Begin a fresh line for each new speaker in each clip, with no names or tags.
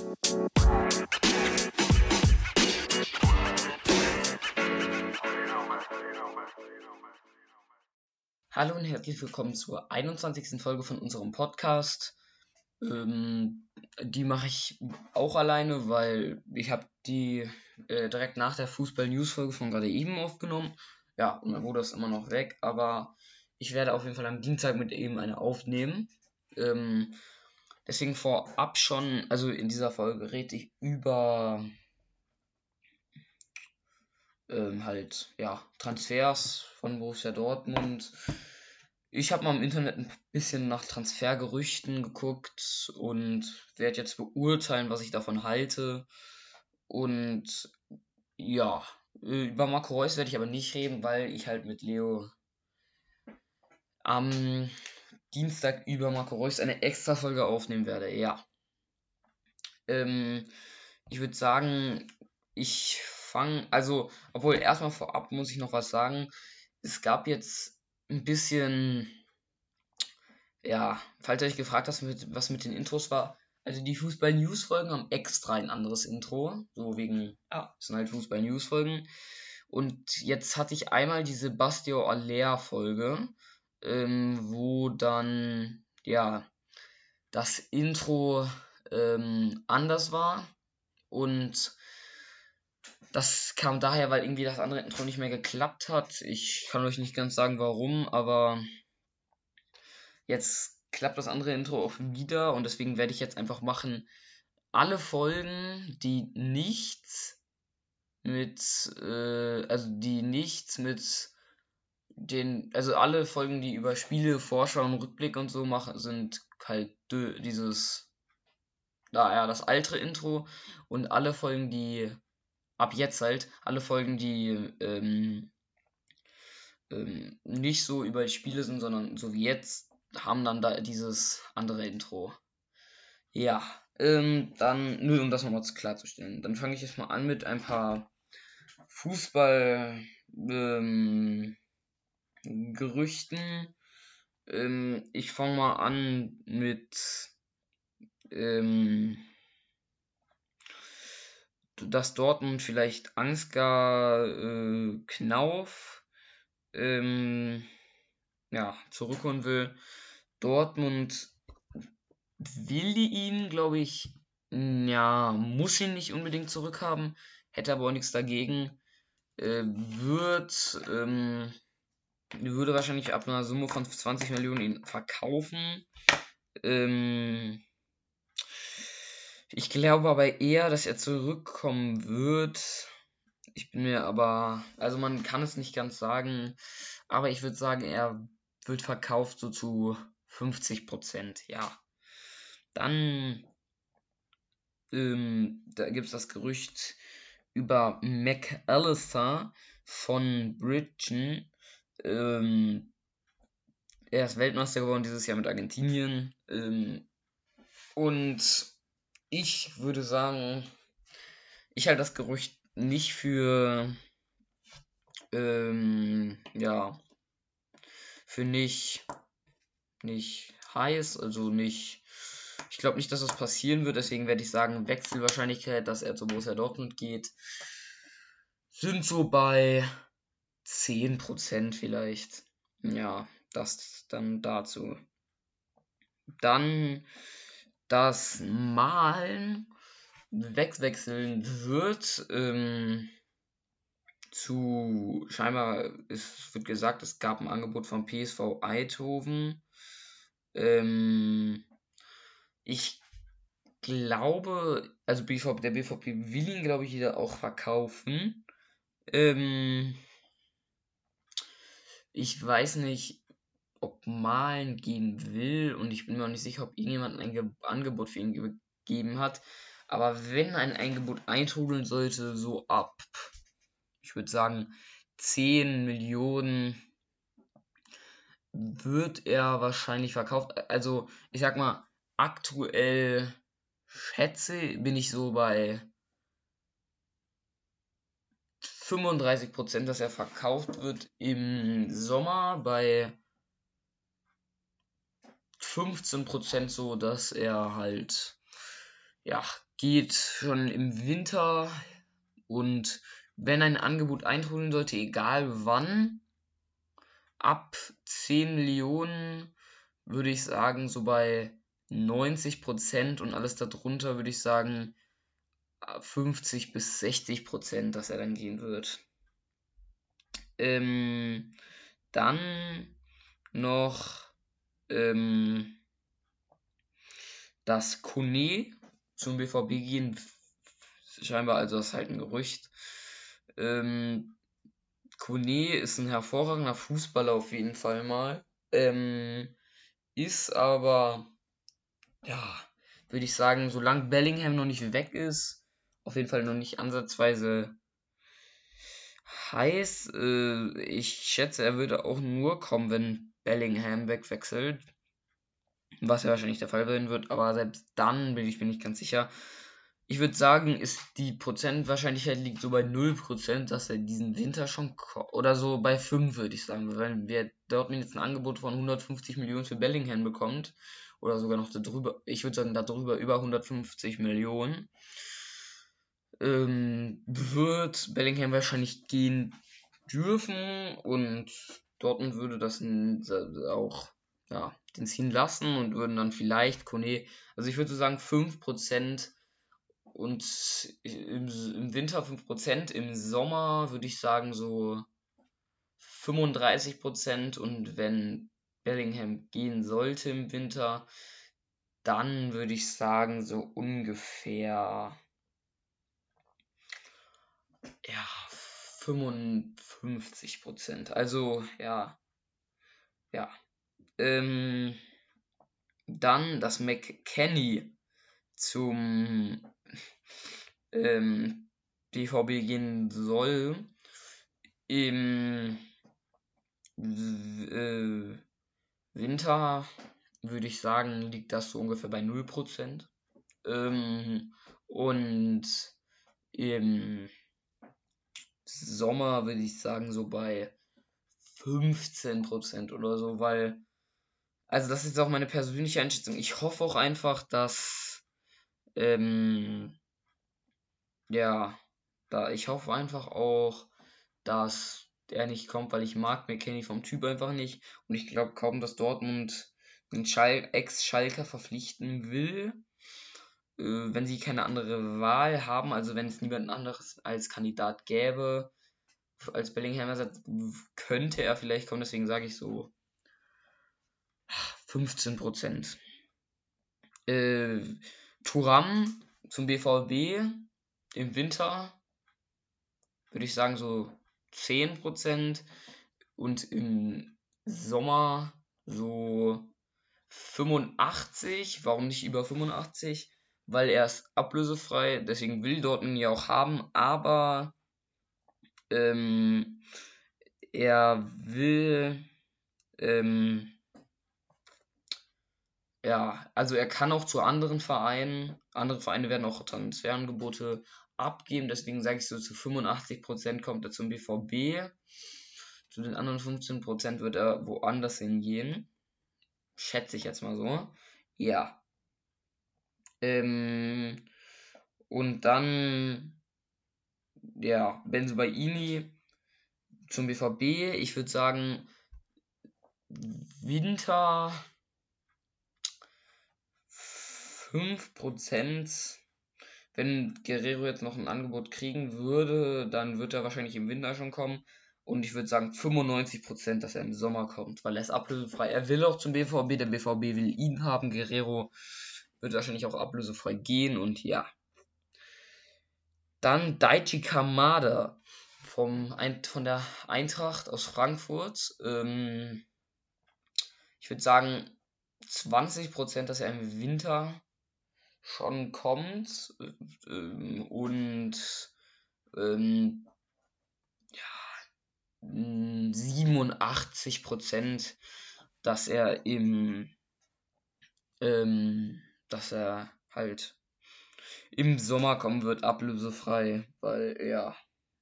Hallo und herzlich willkommen zur 21. Folge von unserem Podcast. Die mache ich auch alleine, weil ich habe die direkt nach der Fußball-News-Folge von gerade eben aufgenommen. Ja, und dann wurde das immer noch weg, aber ich werde auf jeden Fall am Dienstag mit eben eine aufnehmen. Deswegen vorab schon, also in dieser Folge rede ich über Transfers von Borussia Dortmund. Ich habe mal im Internet ein bisschen nach Transfergerüchten geguckt und werde jetzt beurteilen, was ich davon halte. Und ja, über Marco Reus werde ich aber nicht reden, weil ich halt mit Leo am Dienstag über Marco Reus eine extra Folge aufnehmen werde. Ja. Ich würde sagen, obwohl erstmal vorab muss ich noch was sagen. Es gab jetzt ein bisschen, ja, falls ihr euch gefragt habt, was mit den Intros war. Also die Fußball-News-Folgen haben extra ein anderes Intro, so wegen, ja, es sind halt Fußball-News-Folgen. Und jetzt hatte ich einmal diese Bastio Aller-Folge, wo dann, ja, das Intro anders war. Und das kam daher, weil irgendwie das andere Intro nicht mehr geklappt hat. Ich kann euch nicht ganz sagen, warum, aber jetzt klappt das andere Intro auch wieder und deswegen werde ich jetzt einfach machen, alle Folgen, die nichts mit also alle Folgen, die über Spiele, Vorschau und Rückblick und so machen, sind halt das alte Intro, und alle Folgen, die ab jetzt halt, alle Folgen, die nicht so über die Spiele sind, sondern so wie jetzt, haben dann da dieses andere Intro. Ja, dann, nur um das nochmal klarzustellen, dann fange ich jetzt mal an mit ein paar Fußball Gerüchten. Ich fange mal an mit dass Dortmund vielleicht Ansgar Knauf zurückholen will. Dortmund will ihn, glaube ich, muss ihn nicht unbedingt zurückhaben, hätte aber auch nichts dagegen. Würde wahrscheinlich ab einer Summe von 20 Millionen ihn verkaufen. Ich glaube aber eher, dass er zurückkommen wird. Ich bin mir aber, also man kann es nicht ganz sagen, aber ich würde sagen, er wird verkauft so zu 50%, ja. Dann da gibt es das Gerücht über McAllister von Bridgen. Er ist Weltmeister geworden dieses Jahr mit Argentinien. Und ich würde sagen, ich halte das Gerücht nicht für für nicht heiß, also nicht. Ich glaube nicht, dass das passieren wird, deswegen werde ich sagen, Wechselwahrscheinlichkeit, dass er zu Borussia Dortmund geht, sind so bei 10% vielleicht. Ja, das dann dazu. Dann das Malen wechseln wird scheinbar, es wird gesagt, es gab ein Angebot von PSV Eindhoven. Ich glaube, also der BVB will ihn, glaube ich, wieder auch verkaufen. Ich weiß nicht, ob Malen gehen will, und ich bin mir auch nicht sicher, ob irgendjemand ein Angebot für ihn gegeben hat. Aber wenn ein Angebot eintrudeln sollte, so ab, ich würde sagen, 10 Millionen wird er wahrscheinlich verkauft. Also, ich sag mal, aktuell bin ich so bei 35%, dass er verkauft wird im Sommer, bei 15% so, dass er halt geht schon im Winter, und wenn ein Angebot eintrudeln sollte, egal wann, ab 10 Millionen würde ich sagen, so bei 90%, und alles darunter würde ich sagen 50 bis 60%, dass er dann gehen wird. Dann noch dass Kone zum BVB gehen, scheinbar, also das ist halt ein Gerücht. Kone ist ein hervorragender Fußballer auf jeden Fall mal. Ist aber, ja, würde ich sagen, solange Bellingham noch nicht weg ist, auf jeden Fall noch nicht ansatzweise heiß. Ich schätze, er würde auch nur kommen, wenn Bellingham wegwechselt. Was ja wahrscheinlich der Fall werden wird, aber selbst dann bin ich mir nicht ganz sicher. Ich würde sagen, ist die Prozentwahrscheinlichkeit liegt so bei 0%, dass er diesen Winter schon oder so bei 5, würde ich sagen. Wenn wir Dortmund jetzt ein Angebot von 150 Millionen für Bellingham bekommt, oder sogar noch darüber, ich würde sagen darüber über 150 Millionen, wird Bellingham wahrscheinlich gehen dürfen, und Dortmund würde das auch, ja, den ziehen lassen und würden dann vielleicht Kone, also ich würde so sagen 5%, und im Winter 5%, im Sommer würde ich sagen so 35%, und wenn Bellingham gehen sollte im Winter, dann würde ich sagen so ungefähr, ja, 55%. Also ja, ja. Dann, dass McKennie zum BVB gehen soll. Im Winter würde ich sagen, liegt das so ungefähr bei 0%. Und im Sommer würde ich sagen, so bei 15% oder so, weil, also das ist auch meine persönliche Einschätzung. Ich hoffe auch einfach, dass, ja, ich hoffe einfach auch, dass der nicht kommt, weil ich mag McKennie vom Typ einfach nicht, und ich glaube kaum, dass Dortmund einen Ex-Schalker verpflichten will, wenn sie keine andere Wahl haben, also wenn es niemand anderes als Kandidat gäbe, als Bellingham Ersatz, könnte er vielleicht kommen, deswegen sage ich so 15%. Thuram zum BVB im Winter würde ich sagen so 10%, und im Sommer so 85. Warum nicht über 85? Weil er ist ablösefrei, deswegen will Dortmund ihn ja auch haben, aber er will, ja, also er kann auch zu anderen Vereinen. Andere Vereine werden auch Transferangebote abgeben, deswegen sage ich so, zu 85% kommt er zum BVB. Zu den anderen 15% wird er woanders hingehen. Schätze ich jetzt mal so. Ja. Und dann, ja, Bensebaini zum BVB. Ich würde sagen, Winter 5%. Wenn Guerrero jetzt noch ein Angebot kriegen würde, dann wird er wahrscheinlich im Winter schon kommen. Und ich würde sagen 95%, dass er im Sommer kommt, weil er ist ablösefrei. Er will auch zum BVB, der BVB will ihn haben. Guerrero wird wahrscheinlich auch ablösefrei gehen, und ja. Dann Daichi Kamada von der Eintracht aus Frankfurt. Ich würde sagen 20%, dass er im Winter schon kommt, und 87%, dass er dass er halt im Sommer kommen wird, ablösefrei, weil ja.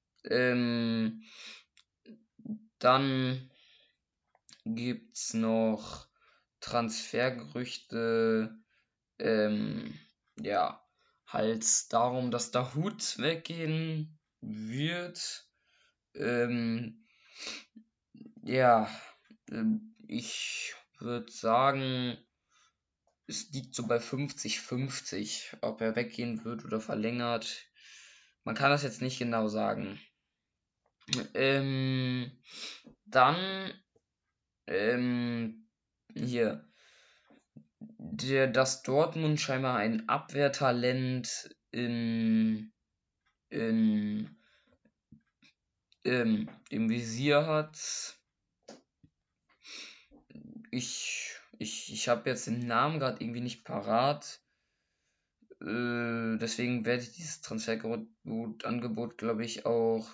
Dann gibt's noch Transfergerüchte, ja, halt darum, dass Dahoud weggehen wird. Ja, ich würde sagen, es liegt so bei 50-50, ob er weggehen wird oder verlängert. Man kann das jetzt nicht genau sagen. Dann hier, dass Dortmund scheinbar ein Abwehrtalent im Visier hat. Ich habe jetzt den Namen gerade irgendwie nicht parat. Deswegen werde ich dieses Transferangebot, glaube ich, auch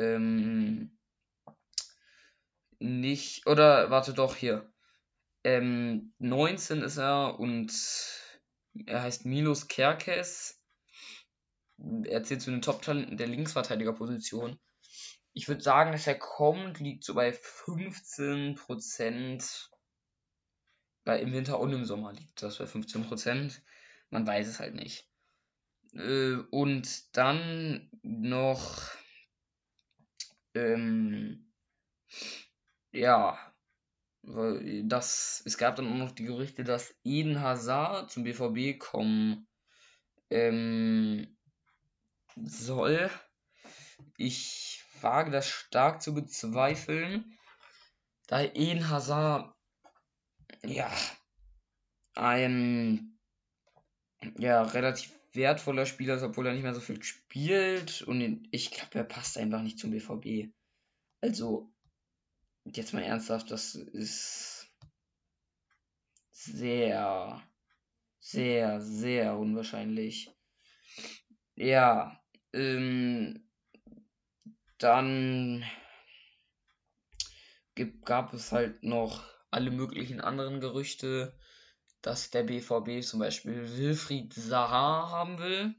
nicht. Oder warte doch hier. 19 ist er und er heißt Milos Kerkez. Er zählt zu den Top-Talenten der Linksverteidigerposition. Ich würde sagen, dass er kommt, liegt so bei 15%. Im Winter und im Sommer liegt das bei 15%. Man weiß es halt nicht. Und dann noch, es gab dann auch noch die Gerüchte, dass Eden Hazard zum BVB kommen soll. Ich wage das stark zu bezweifeln, da Eden Hazard ein relativ wertvoller Spieler ist, obwohl er nicht mehr so viel spielt, und ich glaube, er passt einfach nicht zum BVB. Also, jetzt mal ernsthaft, das ist sehr, sehr, sehr unwahrscheinlich. Ja, dann gab es halt noch alle möglichen anderen Gerüchte, dass der BVB zum Beispiel Wilfried Zaha haben will.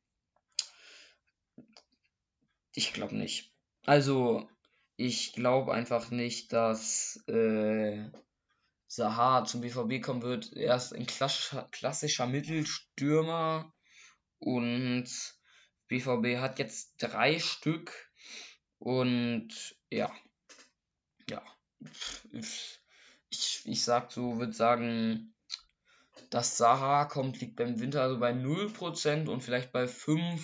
Ich glaube nicht. Also, ich glaube einfach nicht, dass Zaha zum BVB kommen wird. Er ist ein klassischer Mittelstürmer und BVB hat jetzt 3 Stück und ja. Ich würde sagen, dass Zaha kommt, liegt beim Winter also bei 0% und vielleicht bei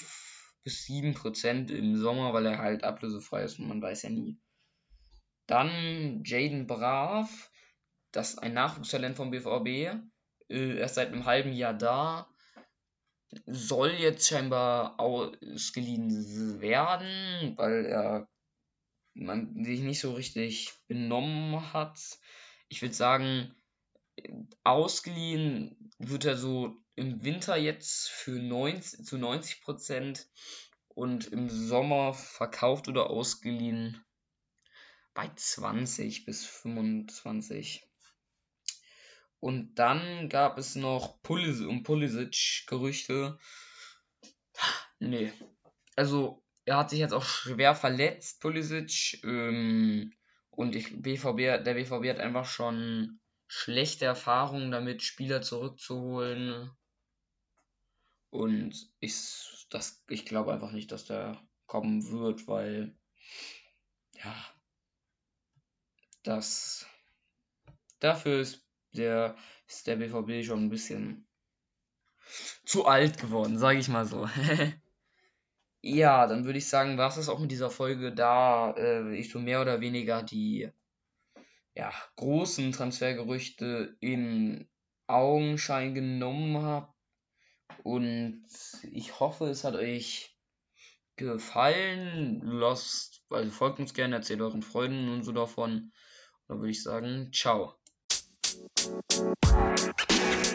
5-7% im Sommer, weil er halt ablösefrei ist und man weiß ja nie. Dann Jaden Brav, das ist ein Nachwuchstalent vom BVB, erst seit einem halben Jahr da, soll jetzt scheinbar ausgeliehen werden, weil man sich nicht so richtig benommen hat. Ich würde sagen, ausgeliehen wird er so im Winter jetzt zu 90% und im Sommer verkauft oder ausgeliehen bei 20-25. Und dann gab es noch Pulisic Gerüchte. Nee. Also, er hat sich jetzt auch schwer verletzt, Pulisic. Und der BVB hat einfach schon schlechte Erfahrungen damit, Spieler zurückzuholen. Und ich glaube einfach nicht, dass der kommen wird, weil dafür ist der BVB schon ein bisschen zu alt geworden, sage ich mal so. Ja, dann würde ich sagen, war es das auch mit dieser Folge, da ich so mehr oder weniger die großen Transfergerüchte in Augenschein genommen habe. Und ich hoffe, es hat euch gefallen. Folgt uns gerne, erzählt euren Freunden und so davon. Dann würde ich sagen, ciao.